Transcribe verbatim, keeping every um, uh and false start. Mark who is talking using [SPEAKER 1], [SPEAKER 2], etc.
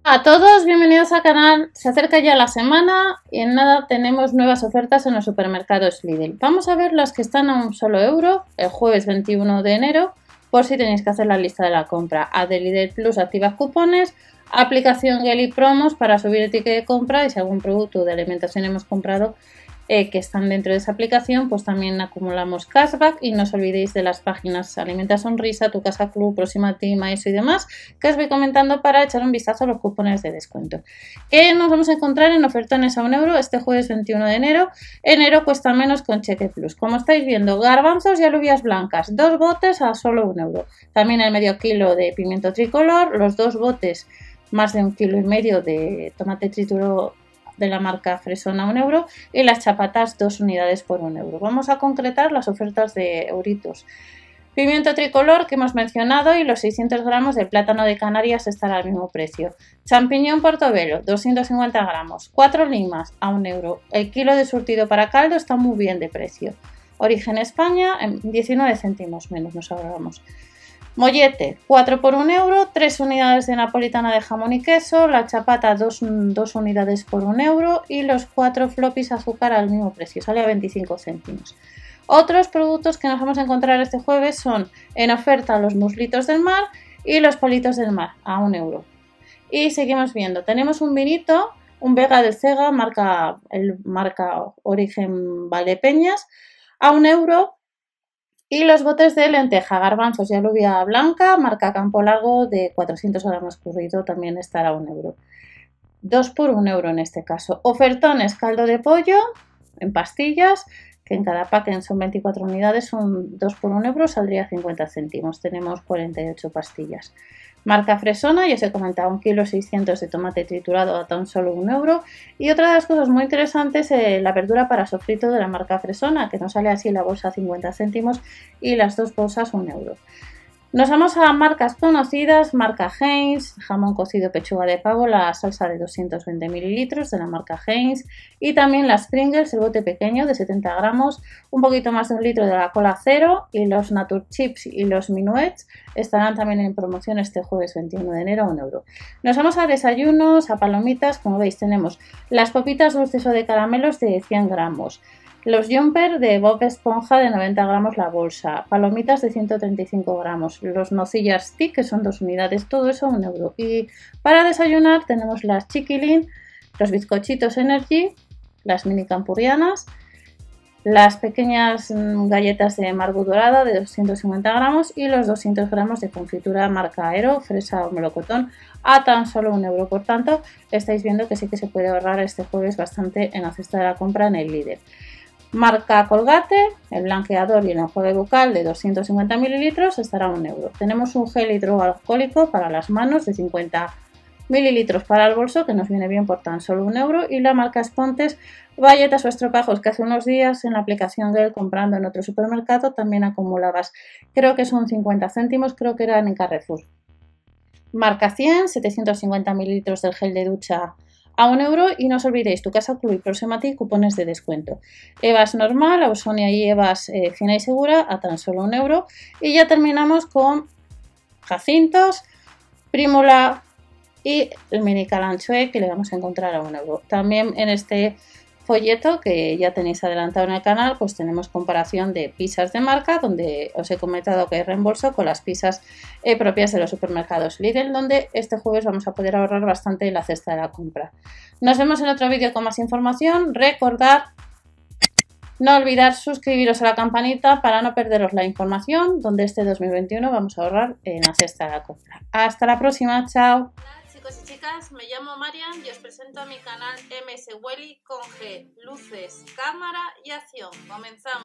[SPEAKER 1] A todos, bienvenidos al canal. Se acerca ya la semana y en nada tenemos nuevas ofertas en los supermercados Lidl. Vamos a ver las que están a un solo euro el jueves veintiuno de enero, por si tenéis que hacer la lista de la compra. A de Lidl Plus activas cupones, aplicación Geli Promos para subir el ticket de compra y si algún producto de alimentación hemos comprado eh, que están dentro de esa aplicación, pues también acumulamos cashback. Y no os olvidéis de las páginas Alimenta Sonrisa, Tu Casa Club, Próxima a Ti, Maeso y demás, que os voy comentando para echar un vistazo a los cupones de descuento. ¿Qué nos vamos a encontrar en ofertones a un euro este jueves veintiuno de enero? Enero cuesta menos con Cheque Plus. Como estáis viendo, garbanzos y alubias blancas, dos botes a solo un euro. También el medio kilo de pimiento tricolor, los dos botes más de un kilo y medio de tomate triturado de la marca Fresona a un euro y las chapatas dos unidades por un euro. Vamos a concretar las ofertas de euritos. Pimiento tricolor que hemos mencionado y los seiscientos gramos de plátano de Canarias estará al mismo precio. Champiñón portobelo doscientos cincuenta gramos, cuatro limas a un euro. El kilo de surtido para caldo está muy bien de precio. Origen España en diecinueve céntimos menos nos ahorramos. Mollete, cuatro por un euro, tres unidades de napolitana de jamón y queso, la chapata dos, dos unidades por un euro y los cuatro floppies azúcar al mismo precio, sale a veinticinco céntimos. Otros productos que nos vamos a encontrar este jueves son en oferta los muslitos del mar y los politos del mar a un euro. Y seguimos viendo, tenemos un vinito, un Vega del Cega, marca, el, marca Origen Valdepeñas, a un euro. Y los botes de lenteja, garbanzos y alubia blanca, marca Campo Largo de cuatrocientos gramos currido, también estará a un euro. dos por un euro en este caso. Ofertones, caldo de pollo en pastillas, que en cada pack son veinticuatro unidades, son dos por un euro, saldría cincuenta céntimos. Tenemos cuarenta y ocho pastillas. Marca Fresona, ya os he comentado, un kilo seiscientos de tomate triturado a tan solo un euro. Y otra de las cosas muy interesantes es eh, la verdura para sofrito de la marca Fresona, que nos sale así la bolsa a cincuenta céntimos y las dos bolsas un euro. Nos vamos a marcas conocidas, marca Heinz, jamón cocido pechuga de pavo, la salsa de doscientos veinte mililitros de la marca Heinz y también las Pringles, el bote pequeño de setenta gramos, un poquito más de un litro de la cola cero y los Nature Chips y los Minuets estarán también en promoción este jueves veintiuno de enero a un euro. Nos vamos a desayunos, a palomitas, como veis tenemos las popitas dulces o de caramelos de cien gramos. Los Jumper de Bob Esponja de noventa gramos la bolsa, palomitas de ciento treinta y cinco gramos, los nocillas stick que son dos unidades, todo eso a un euro. Y para desayunar tenemos las chiquilín, los bizcochitos Energy, las mini campurianas, las pequeñas galletas de amargo dorada de doscientos cincuenta gramos y los doscientos gramos de confitura marca Aero, fresa o melocotón a tan solo un euro. Por tanto, estáis viendo que sí que se puede ahorrar este jueves bastante en la cesta de la compra en el Lidl. Marca Colgate, el blanqueador y el enjuague bucal de doscientos cincuenta mililitros estará a un euro. Tenemos un gel hidroalcohólico para las manos de cincuenta mililitros para el bolso que nos viene bien por tan solo un euro. Y la marca Spontes, bayetas o estropajos que hace unos días en la aplicación de él comprando en otro supermercado también acumulabas. Creo que son cincuenta céntimos, creo que eran en Carrefour. Marca cien, setecientos cincuenta mililitros del gel de ducha a un euro y no os olvidéis, Tu Casa Club y Próxima a Ti, cupones de descuento. Evas normal, Ausonia y Evas eh, fina y segura a tan solo un euro. Y ya terminamos con jacintos, Prímula y el mini calanchoe que le vamos a encontrar a un euro. También en este folleto que ya tenéis adelantado en el canal, pues tenemos comparación de pizzas de marca, donde os he comentado que hay reembolso con las pizzas eh, propias de los supermercados Lidl, donde este jueves vamos a poder ahorrar bastante en la cesta de la compra. Nos vemos en otro vídeo con más información. Recordad, no olvidar suscribiros a la campanita para no perderos la información, donde este dos mil veintiuno vamos a ahorrar en la cesta de la compra. Hasta la próxima, chao.
[SPEAKER 2] Chicos y chicas, me llamo Marian y os presento a mi canal M S Welly con G, luces, cámara y acción. Comenzamos.